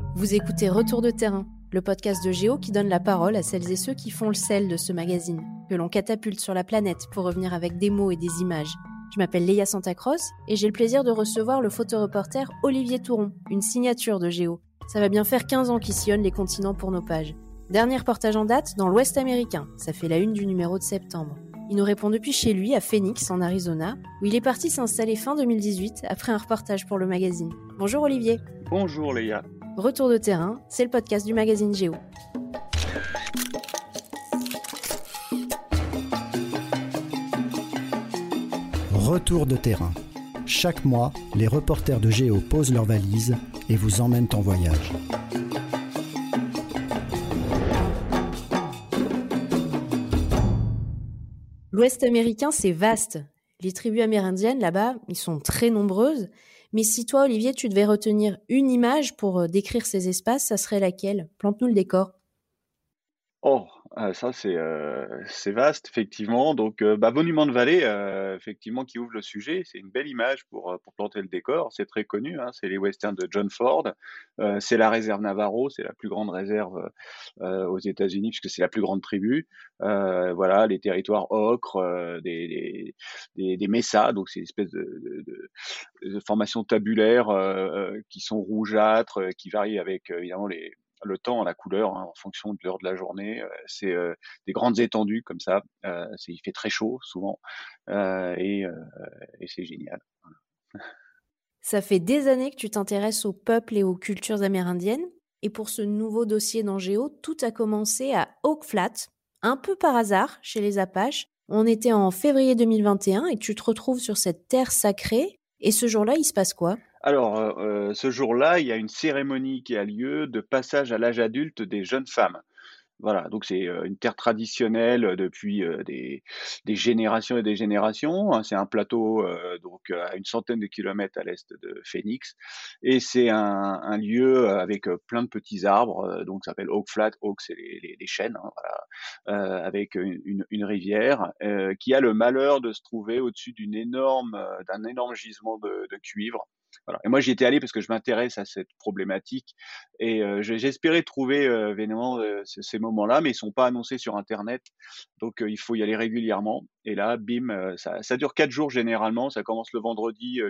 Vous écoutez Retour de terrain, le podcast de Géo qui donne la parole à celles et ceux qui font le sel de ce magazine, que l'on catapulte sur la planète pour revenir avec des mots et des images. Je m'appelle Léa Santacross et j'ai le plaisir de recevoir le photoreporter Olivier Touron, une signature de Géo. Ça va bien faire 15 ans qu'il sillonne les continents pour nos pages. Dernier reportage en date dans l'Ouest américain, ça fait la une du numéro de septembre. Il nous répond depuis chez lui, à Phoenix, en Arizona, où il est parti s'installer fin 2018 après un reportage pour le magazine. Bonjour Olivier. Bonjour Léa. Retour de terrain, c'est le podcast du magazine Géo. Retour de terrain. Chaque mois, les reporters de Géo posent leurs valises et vous emmènent en voyage. L'Ouest américain, c'est vaste. Les tribus amérindiennes, là-bas, ils sont très nombreuses. Mais si toi, Olivier, tu devais retenir une image pour décrire ces espaces, ça serait laquelle ? Plante-nous le décor. Ça c'est vaste effectivement. Donc Monument de Vallée, effectivement, qui ouvre le sujet, c'est une belle image pour planter le décor. C'est très connu, hein, c'est les westerns de John Ford. C'est la réserve Navarro, c'est la plus grande réserve aux États-Unis puisque c'est la plus grande tribu. Voilà, les territoires ocre, des messas, donc c'est une espèce de formations tabulaires qui sont rougeâtres, qui varient avec évidemment le temps, la couleur, hein, en fonction de l'heure de la journée. C'est des grandes étendues comme ça. Il fait très chaud souvent et c'est génial. Ça fait des années que tu t'intéresses aux peuples et aux cultures amérindiennes. Et pour ce nouveau dossier dans Géo, tout a commencé à Oak Flat, un peu par hasard, chez les Apaches. On était en février 2021 et tu te retrouves sur cette terre sacrée. Et ce jour-là, il se passe quoi ? Alors, ce jour-là, il y a une cérémonie qui a lieu de passage à l'âge adulte des jeunes femmes. Voilà, donc c'est une terre traditionnelle depuis des générations et des générations, hein. C'est un plateau à une centaine de kilomètres à l'est de Phoenix, et c'est un lieu avec plein de petits arbres, donc ça s'appelle Oak Flat. Oak, c'est les chênes, hein, voilà, avec une rivière qui a le malheur de se trouver au-dessus d'un énorme gisement de cuivre. Voilà. Et moi, j'y étais allé parce que je m'intéresse à cette problématique et j'espérais trouver évidemment ces moments-là, mais ils sont pas annoncés sur internet, donc il faut y aller régulièrement. Et là, bim, ça dure 4 jours généralement. Ça commence le vendredi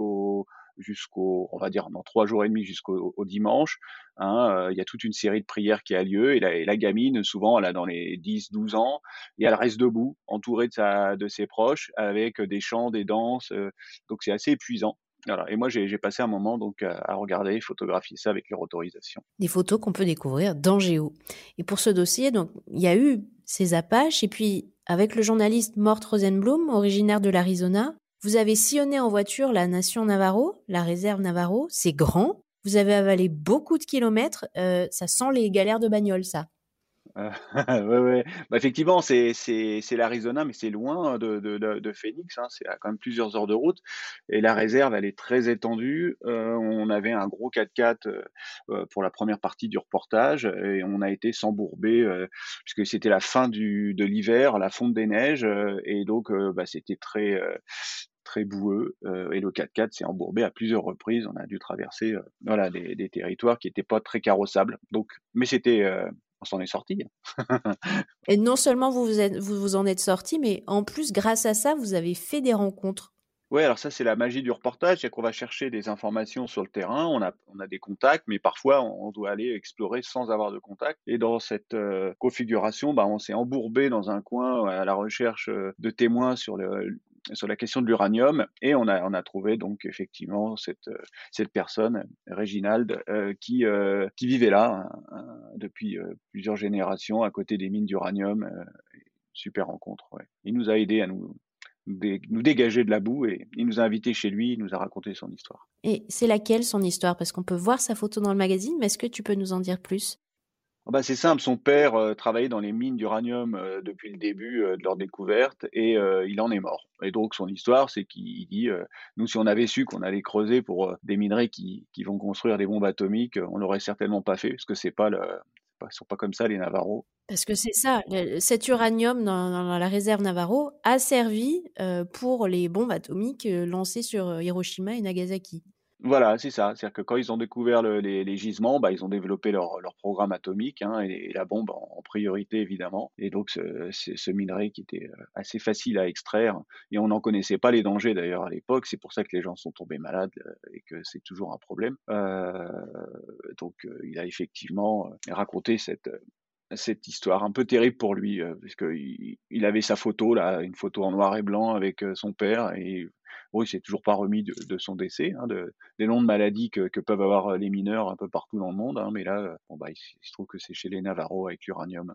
jusqu'au on va dire dans 3 jours et demi au dimanche, hein. Il y a toute une série de prières qui a lieu et la gamine, souvent, elle a dans les 10-12 ans et elle reste debout, entourée de ses proches, avec des chants, des danses, donc c'est assez épuisant. Voilà. Et moi, j'ai passé un moment donc à regarder, photographier ça avec leur autorisation. Des photos qu'on peut découvrir dans Géo. Et pour ce dossier, donc, il y a eu ces Apaches, et puis avec le journaliste Mort Rosenblum, originaire de l'Arizona, vous avez sillonné en voiture la nation Navarro, la réserve Navarro. C'est grand. Vous avez avalé beaucoup de kilomètres. Ça sent les galères de bagnole, ça. Ouais, ouais. Effectivement, c'est l'Arizona, mais c'est loin de Phoenix, hein. C'est à quand même plusieurs heures de route et la réserve, elle est très étendue. On avait un gros 4x4 pour la première partie du reportage et on a été s'embourber puisque c'était la fin de l'hiver, la fonte des neiges, et donc c'était très boueux, et le 4x4 s'est embourbé à plusieurs reprises. On a dû traverser des territoires qui étaient pas très carrossables. Donc, mais on s'en est sorti. Et non seulement vous en êtes sortis, mais en plus, grâce à ça, vous avez fait des rencontres. Ouais, alors ça, c'est la magie du reportage, c'est qu'on va chercher des informations sur le terrain, on a des contacts, mais parfois on doit aller explorer sans avoir de contact. Et dans cette configuration, on s'est embourbé dans un coin à la recherche de témoins sur la question de l'uranium, et on a trouvé donc effectivement cette personne, Réginald, qui vivait là, hein, depuis plusieurs générations à côté des mines d'uranium. Super rencontre, ouais. Il nous a aidés à nous dégager de la boue et il nous a invités chez lui, il nous a raconté son histoire. Et c'est laquelle son histoire ? Parce qu'on peut voir sa photo dans le magazine, mais est-ce que tu peux nous en dire plus ? C'est simple, son père travaillait dans les mines d'uranium depuis le début de leur découverte et il en est mort. Et donc son histoire, c'est qu'il dit nous, si on avait su qu'on allait creuser pour des minerais qui vont construire des bombes atomiques, on l'aurait certainement pas fait parce que ils sont pas comme ça les Navarros. Parce que c'est ça, cet uranium dans la réserve Navarro a servi pour les bombes atomiques lancées sur Hiroshima et Nagasaki. Voilà, c'est ça. C'est-à-dire que quand ils ont découvert les gisements, bah, ils ont développé leur programme atomique, hein, et la bombe en priorité évidemment, et donc ce minerai qui était, assez facile à extraire, et on n'en connaissait pas les dangers d'ailleurs à l'époque. C'est pour ça que les gens sont tombés malades, et que c'est toujours un problème. Donc il a effectivement, raconté cette histoire un peu terrible pour lui, puisqu'il avait sa photo là, une photo en noir et blanc avec, son père, et bon, il s'est toujours pas remis de son décès, hein, des noms de maladies que peuvent avoir, les mineurs un peu partout dans le monde, hein, mais là, bon, bah, il se trouve que c'est chez les Navarro avec l'uranium.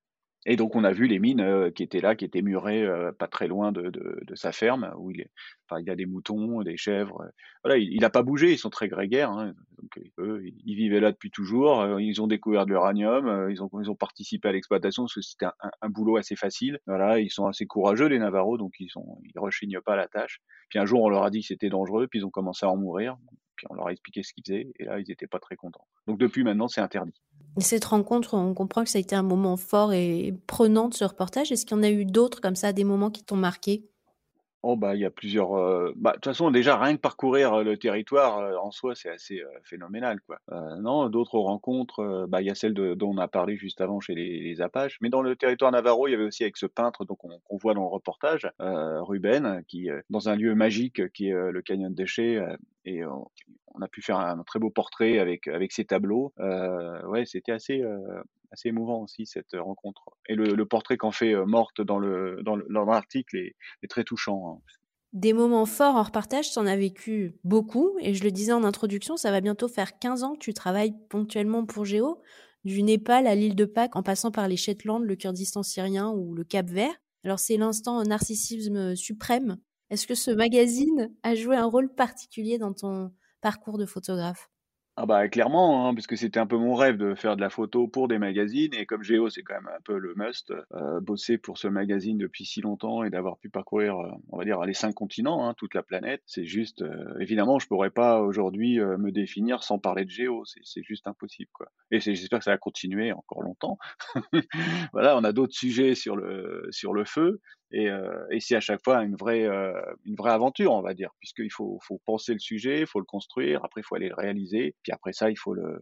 Et donc on a vu les mines, qui étaient là, qui étaient murées, pas très loin de sa ferme où il a des moutons, des chèvres, voilà, il a pas bougé, ils sont très grégaires, hein, donc eux, ils vivaient là depuis toujours, ils ont découvert de l'uranium, ils ont participé à l'exploitation parce que c'était un boulot assez facile. Voilà, ils sont assez courageux les Navarros, donc ils rechignent pas à la tâche. Puis un jour, on leur a dit que c'était dangereux, puis ils ont commencé à en mourir, puis on leur a expliqué ce qu'ils faisaient, et là, ils étaient pas très contents. Donc depuis maintenant, c'est interdit. Et cette rencontre, on comprend que ça a été un moment fort et prenant de ce reportage. Est-ce qu'il y en a eu d'autres comme ça, des moments qui t'ont marqué? Oh bah, il y a plusieurs, bah, de toute façon déjà rien que parcourir, le territoire, en soi c'est assez, phénoménal quoi. Non, d'autres rencontres, bah, il y a celle dont on a parlé juste avant chez les Apaches, mais dans le territoire navarro, il y avait aussi avec ce peintre donc qu'on voit dans le reportage, Ruben, qui, dans un lieu magique qui est, le canyon de Déchets, et on a pu faire un très beau portrait avec ses tableaux. Ouais, c'était assez émouvant aussi cette rencontre, et le portrait qu'en fait, Morte dans l'article est très touchant, hein. Des moments forts en repartage, tu en as vécu beaucoup et je le disais en introduction, ça va bientôt faire 15 ans que tu travailles ponctuellement pour Géo, du Népal à l'île de Pâques en passant par les Shetland, le Kurdistan syrien ou le Cap-Vert. Alors c'est l'instant narcissisme suprême. Est-ce que ce magazine a joué un rôle particulier dans ton parcours de photographe? Ah bah, clairement, hein, puisque c'était un peu mon rêve de faire de la photo pour des magazines, et comme Géo, c'est quand même un peu le must, bosser pour ce magazine depuis si longtemps et d'avoir pu parcourir, on va dire les 5 continents, hein, toute la planète, c'est juste, évidemment, je pourrais pas aujourd'hui, me définir sans parler de Géo, c'est juste impossible, quoi, et j'espère que ça va continuer encore longtemps. Voilà, on a d'autres sujets sur le feu, et c'est à chaque fois une vraie aventure, on va dire, puisqu'il faut penser le sujet, il faut le construire, après il faut aller le réaliser, puis après ça,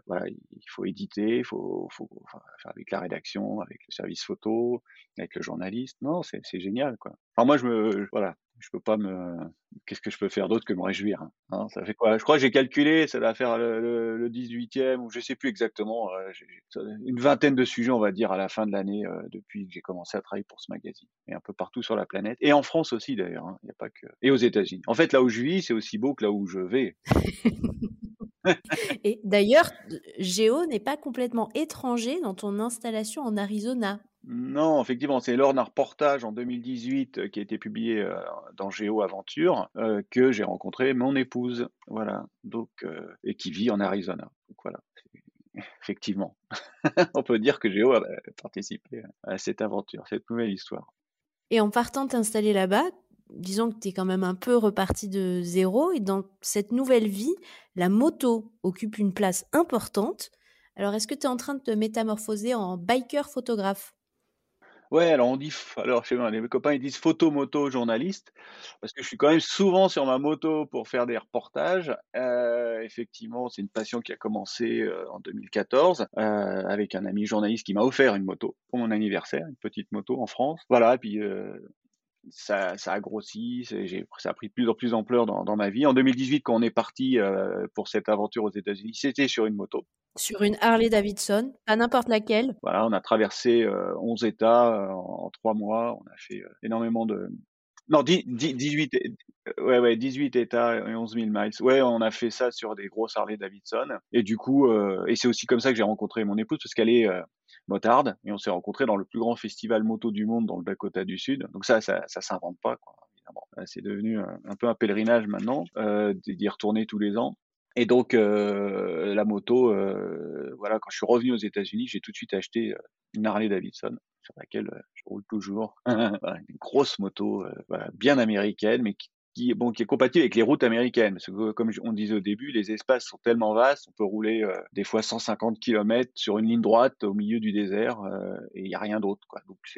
il faut éditer, enfin, avec la rédaction, avec le service photo, avec le journaliste. Non, c'est génial, quoi. Enfin moi voilà, je peux pas me qu'est-ce que je peux faire d'autre que me réjouir, hein? Ça fait quoi? Je crois que j'ai calculé, ça va faire le 18e, ou je sais plus exactement, une vingtaine de sujets, on va dire, à la fin de l'année, depuis que j'ai commencé à travailler pour ce magazine, et un peu partout sur la planète, et en France aussi d'ailleurs, hein, il y a pas que, et aux États-Unis. En fait, là où je vis, c'est aussi beau que là où je vais. Et d'ailleurs, Géo n'est pas complètement étranger dans ton installation en Arizona. Non, effectivement, c'est lors d'un reportage en 2018, qui a été publié, dans Géo Aventure, que j'ai rencontré mon épouse. Voilà, donc et qui vit en Arizona. Donc voilà, effectivement, on peut dire que Géo a participé à cette aventure, cette nouvelle histoire. Et en partant t'installer là-bas, disons que tu es quand même un peu reparti de zéro et dans cette nouvelle vie, la moto occupe une place importante. Alors est-ce que tu es en train de te métamorphoser en biker photographe? Ouais, alors on dit alors chez moi, mes copains, ils disent photo-moto journaliste, parce que je suis quand même souvent sur ma moto pour faire des reportages. Effectivement, c'est une passion qui a commencé, en 2014, avec un ami journaliste qui m'a offert une moto pour mon anniversaire, une petite moto en France. Voilà, et puis, ça a grossi, ça a pris de plus en plus d'ampleur dans ma vie. En 2018, quand on est parti, pour cette aventure aux États-Unis, c'était sur une moto. Sur une Harley Davidson, pas n'importe laquelle. Voilà, on a traversé, 11 États, en 3 mois. On a fait, énormément de non, 18 ouais, ouais, 18 États et 11 000 miles. Ouais, on a fait ça sur des grosses Harley Davidson, et du coup, et c'est aussi comme ça que j'ai rencontré mon épouse, parce qu'elle est, motarde, et on s'est rencontrés dans le plus grand festival moto du monde dans le Dakota du Sud. Donc ça s'invente pas, quoi, évidemment. C'est devenu, un peu un pèlerinage maintenant, d'y retourner tous les ans. Et donc, la moto, voilà, quand je suis revenu aux États-Unis, j'ai tout de suite acheté, une Harley Davidson sur laquelle, je roule toujours. Voilà, une grosse moto, voilà, bien américaine, mais qui est compatible avec les routes américaines. Parce que comme on disait au début, les espaces sont tellement vastes, on peut rouler, des fois 150 kilomètres sur une ligne droite au milieu du désert, et il y a rien d'autre, quoi. Donc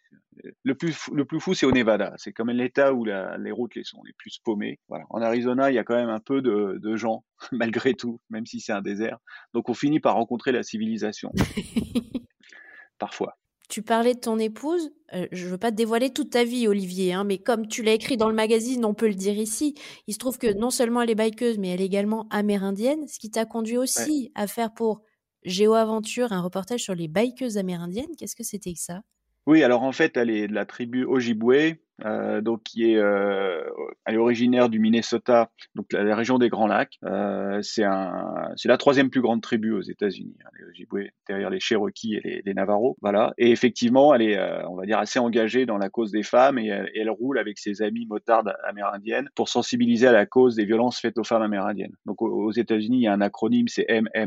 Le plus fou, c'est au Nevada. C'est quand même l'État où les routes sont les plus paumées. Voilà. En Arizona, il y a quand même un peu de gens, malgré tout, même si c'est un désert. Donc on finit par rencontrer la civilisation, parfois. Tu parlais de ton épouse. Je veux pas te dévoiler toute ta vie, Olivier, hein, mais comme tu l'as écrit dans le magazine, on peut le dire ici. Il se trouve que non seulement elle est bikeuse, mais elle est également amérindienne, ce qui t'a conduit Ouais. aussi à faire pour GeoAventure un reportage sur les bikeuses amérindiennes. Qu'est-ce que c'était que ça? Oui, alors en fait, elle est de la tribu Ojibwe, donc elle est originaire du Minnesota, donc la région des Grands Lacs. C'est la troisième plus grande tribu aux États-Unis, hein, les Ojibwe, derrière les Cherokees et les Navajo. Voilà. Et effectivement, elle est, on va dire, assez engagée dans la cause des femmes et elle roule avec ses amies motardes amérindiennes pour sensibiliser à la cause des violences faites aux femmes amérindiennes. Donc aux États-Unis, il y a un acronyme, c'est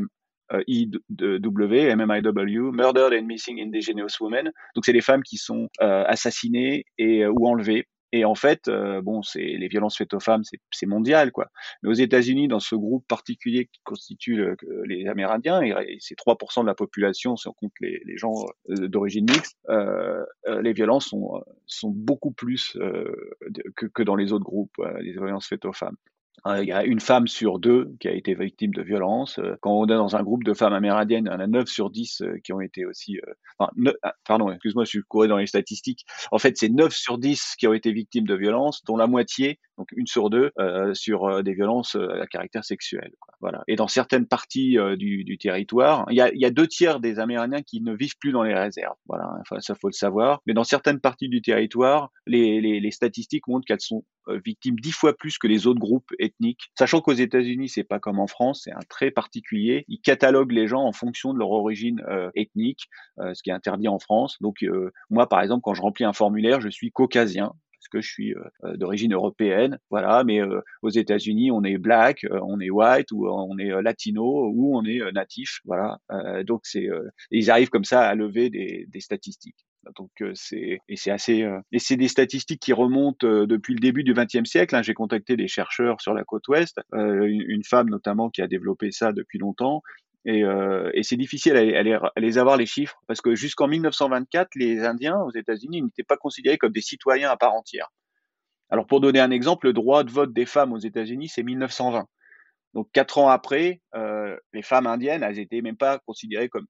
MMIW, Murdered and Missing Indigenous Women. Donc c'est les femmes qui sont assassinées ou enlevées. Et en fait, c'est les violences faites aux femmes, c'est mondial, quoi. Mais aux États-Unis, dans ce groupe particulier qui constitue les Amérindiens, et c'est 3% de la population, si on compte les gens d'origine mixte, les violences sont beaucoup plus que dans les autres groupes, les violences faites aux femmes. Il y a une femme sur 2 qui a été victime de violences. Quand on est dans un groupe de femmes amérindiennes, il y en a 9 sur 10 qui ont été aussi, pardon, excuse-moi, je suis couru dans les statistiques. En fait, c'est 9 sur 10 qui ont été victimes de violences, dont la moitié, donc 1 sur 2, sur des violences à caractère sexuel, quoi. Voilà. Et dans certaines parties du territoire, il y a 2 tiers des Amérindiens qui ne vivent plus dans les réserves. Voilà, enfin, ça faut le savoir. Mais dans certaines parties du territoire, les statistiques montrent qu'elles sont victimes 10 fois plus que les autres groupes ethniques. Sachant qu'aux États-Unis, c'est pas comme en France, c'est un trait particulier. Ils cataloguent les gens en fonction de leur origine ethnique, ce qui est interdit en France. Donc moi, par exemple, quand je remplis un formulaire, je suis caucasien parce que je suis d'origine européenne, voilà. Mais aux États-Unis, on est black, on est white, ou on est latino, ou on est natif, voilà. Donc ils arrivent comme ça à lever des statistiques. Donc c'est des statistiques qui remontent depuis le début du XXe siècle, hein. J'ai contacté des chercheurs sur la côte ouest, une femme notamment qui a développé ça depuis longtemps. Et c'est difficile à les avoir les chiffres, parce que jusqu'en 1924, les Indiens aux États-Unis n'étaient pas considérés comme des citoyens à part entière. Alors pour donner un exemple, le droit de vote des femmes aux États-Unis, c'est 1920. Donc 4 ans après, les femmes indiennes, elles étaient même pas considérées comme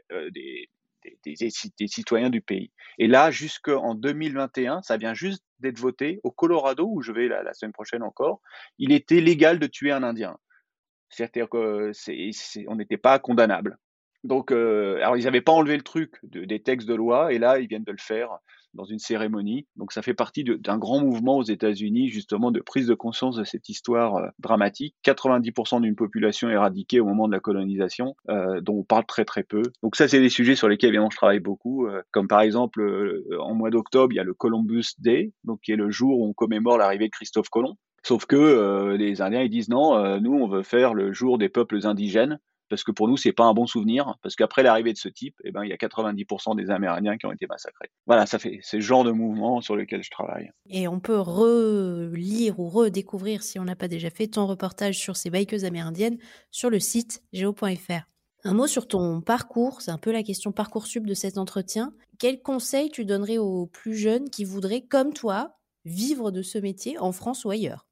des citoyens du pays. Et là, jusqu'en 2021, ça vient juste d'être voté au Colorado, où je vais la semaine prochaine encore, il était légal de tuer un Indien. C'est-à-dire qu'on n'était pas condamnable. Donc, alors ils n'avaient pas enlevé le truc des textes de loi, et là, ils viennent de le faire dans une cérémonie. Donc, ça fait partie d'un grand mouvement aux États-Unis, justement, de prise de conscience de cette histoire dramatique. 90% d'une population éradiquée au moment de la colonisation, dont on parle très très peu. Donc ça, c'est des sujets sur lesquels, évidemment, je travaille beaucoup. Comme par exemple, en mois d'octobre, il y a le Columbus Day, donc qui est le jour où on commémore l'arrivée de Christophe Colomb. Sauf que les Indiens, ils disent non, nous, on veut faire le jour des peuples indigènes, parce que pour nous, c'est pas un bon souvenir, parce qu'après l'arrivée de ce type, il y a 90% des Amérindiens qui ont été massacrés. Voilà, c'est ce genre de mouvement sur lequel je travaille. Et on peut relire ou redécouvrir, si on n'a pas déjà fait, ton reportage sur ces bikeuses amérindiennes sur le site geo.fr. Un mot sur ton parcours, c'est un peu la question Parcoursup de cet entretien. Quel conseil tu donnerais aux plus jeunes qui voudraient, comme toi, vivre de ce métier en France ou ailleurs?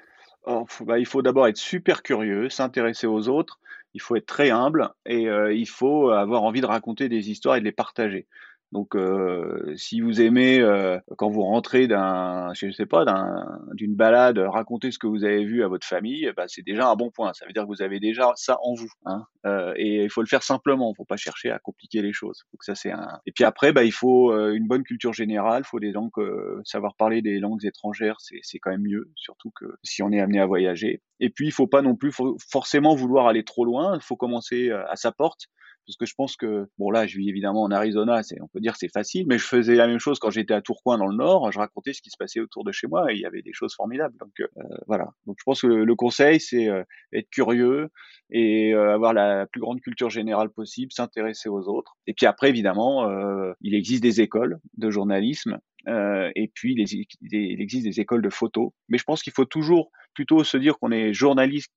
Il faut d'abord être super curieux, s'intéresser aux autres, il faut être très humble, et il faut avoir envie de raconter des histoires et de les partager. Donc si vous aimez, quand vous rentrez je sais pas, d'une balade, raconter ce que vous avez vu à votre famille, c'est déjà un bon point. Ça veut dire que vous avez déjà ça en vous, hein. Et il faut le faire simplement, faut pas chercher à compliquer les choses. Donc ça, et puis après, il faut une bonne culture générale, faut des langues, savoir parler des langues étrangères, c'est quand même mieux, surtout que si on est amené à voyager. Et puis il faut pas non plus forcément vouloir aller trop loin, il faut commencer à sa porte. Parce que je pense que, bon, là, je vis évidemment en Arizona, on peut dire que c'est facile, mais je faisais la même chose quand j'étais à Tourcoing dans le Nord. Je racontais ce qui se passait autour de chez moi, et il y avait des choses formidables. Donc voilà. Donc je pense que le conseil, c'est être curieux, et avoir la plus grande culture générale possible, s'intéresser aux autres. Et puis après, évidemment, il existe des écoles de journalisme, et puis il existe des écoles de photo. Mais je pense qu'il faut toujours plutôt se dire qu'on est journaliste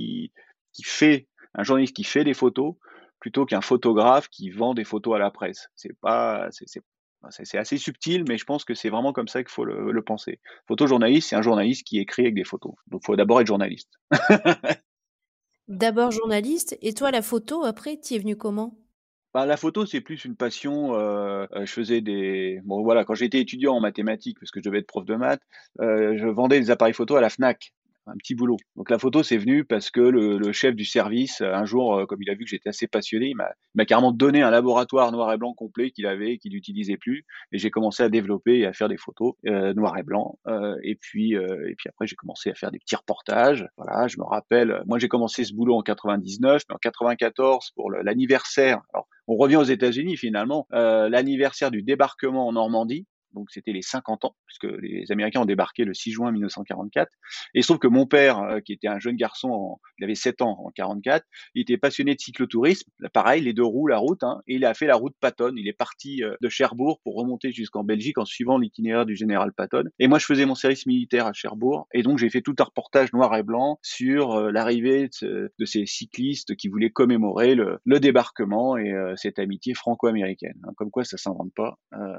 un journaliste qui fait des photos, plutôt qu'un photographe qui vend des photos à la presse. C'est C'est assez subtil, mais je pense que c'est vraiment comme ça qu'il faut le penser. Photojournaliste, c'est un journaliste qui écrit avec des photos. Donc, il faut d'abord être journaliste. D'abord journaliste, et toi, la photo, après, t'y es venu comment? Bah, la photo, c'est plus une passion, je faisais bon voilà, quand j'étais étudiant en mathématiques, parce que je devais être prof de maths, je vendais des appareils photo à la Fnac, un petit boulot. Donc la photo, c'est venu parce que le chef du service, un jour, comme il a vu que j'étais assez passionné, il m'a carrément donné un laboratoire noir et blanc complet qu'il avait et qu'il n'utilisait plus, et j'ai commencé à développer et à faire des photos, noir et blanc, et puis après j'ai commencé à faire des petits reportages. Voilà, je me rappelle, moi j'ai commencé ce boulot en 99, mais en 94 pour l'anniversaire, alors on revient aux États-Unis finalement, l'anniversaire du débarquement en Normandie, donc c'était les 50 ans, puisque les Américains ont débarqué le 6 juin 1944. Et il se trouve que mon père, qui était un jeune garçon, il avait 7 ans en 44, il était passionné de cyclotourisme, pareil, les 2 roues, la route, hein, et il a fait la route Patton. Il est parti de Cherbourg pour remonter jusqu'en Belgique en suivant l'itinéraire du général Patton. Et moi, je faisais mon service militaire à Cherbourg, et donc j'ai fait tout un reportage noir et blanc sur l'arrivée de ces cyclistes qui voulaient commémorer le débarquement et cette amitié franco-américaine. Hein, comme quoi, ça s'invente pas.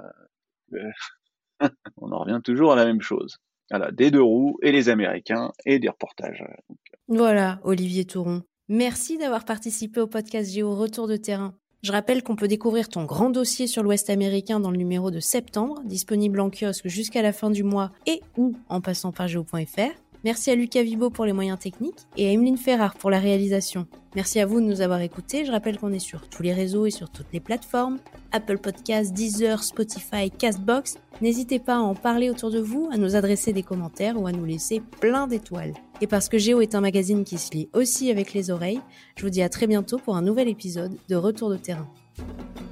On en revient toujours à la même chose. Voilà, des 2 roues et les Américains et des reportages. Voilà, Olivier Touron. Merci d'avoir participé au podcast Géo Retour de terrain. Je rappelle qu'on peut découvrir ton grand dossier sur l'Ouest américain dans le numéro de septembre, disponible en kiosque jusqu'à la fin du mois et ou en passant par géo.fr. Merci à Lucas Vibo pour les moyens techniques et à Emeline Ferrard pour la réalisation. Merci à vous de nous avoir écoutés. Je rappelle qu'on est sur tous les réseaux et sur toutes les plateformes. Apple Podcasts, Deezer, Spotify, Castbox. N'hésitez pas à en parler autour de vous, à nous adresser des commentaires ou à nous laisser plein d'étoiles. Et parce que Géo est un magazine qui se lit aussi avec les oreilles, je vous dis à très bientôt pour un nouvel épisode de Retour de terrain.